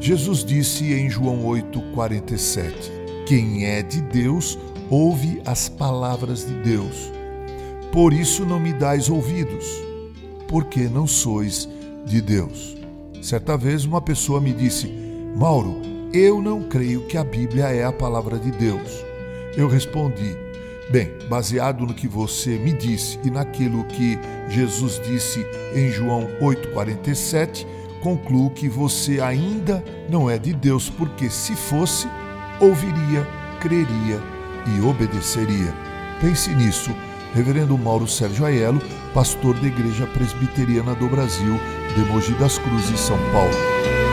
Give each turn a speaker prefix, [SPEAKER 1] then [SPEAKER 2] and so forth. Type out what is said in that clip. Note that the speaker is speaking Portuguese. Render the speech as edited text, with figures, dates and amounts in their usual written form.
[SPEAKER 1] Jesus disse em João 8,47: quem é de Deus ouve as palavras de Deus. Por isso não me dais ouvidos, porque não sois de Deus. Certa vez uma pessoa me disse: Mauro, eu não creio que a Bíblia é a palavra de Deus. Eu respondi: bem, baseado no que você me disse e naquilo que Jesus disse em João 8,47, concluo que você ainda não é de Deus, porque se fosse, ouviria, creria e obedeceria. Pense nisso. Reverendo Mauro Sérgio Aiello, pastor da Igreja Presbiteriana do Brasil, de Mogi das Cruzes, São Paulo.